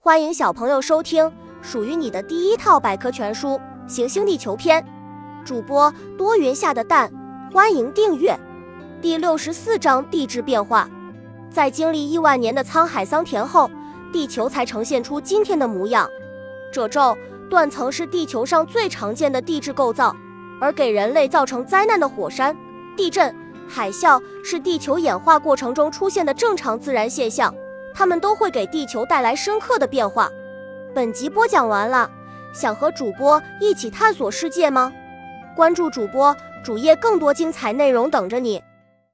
欢迎小朋友收听属于你的第一套百科全书《行星地球篇》，主播多云下的蛋，欢迎订阅。第64章地质变化。在经历亿万年的沧海桑田后，地球才呈现出今天的模样。褶皱、断层是地球上最常见的地质构造，而给人类造成灾难的火山、地震、海啸是地球演化过程中出现的正常自然现象，它们都会给地球带来深刻的变化。本集播讲完了，想和主播一起探索世界吗？关注主播主页，更多精彩内容等着你。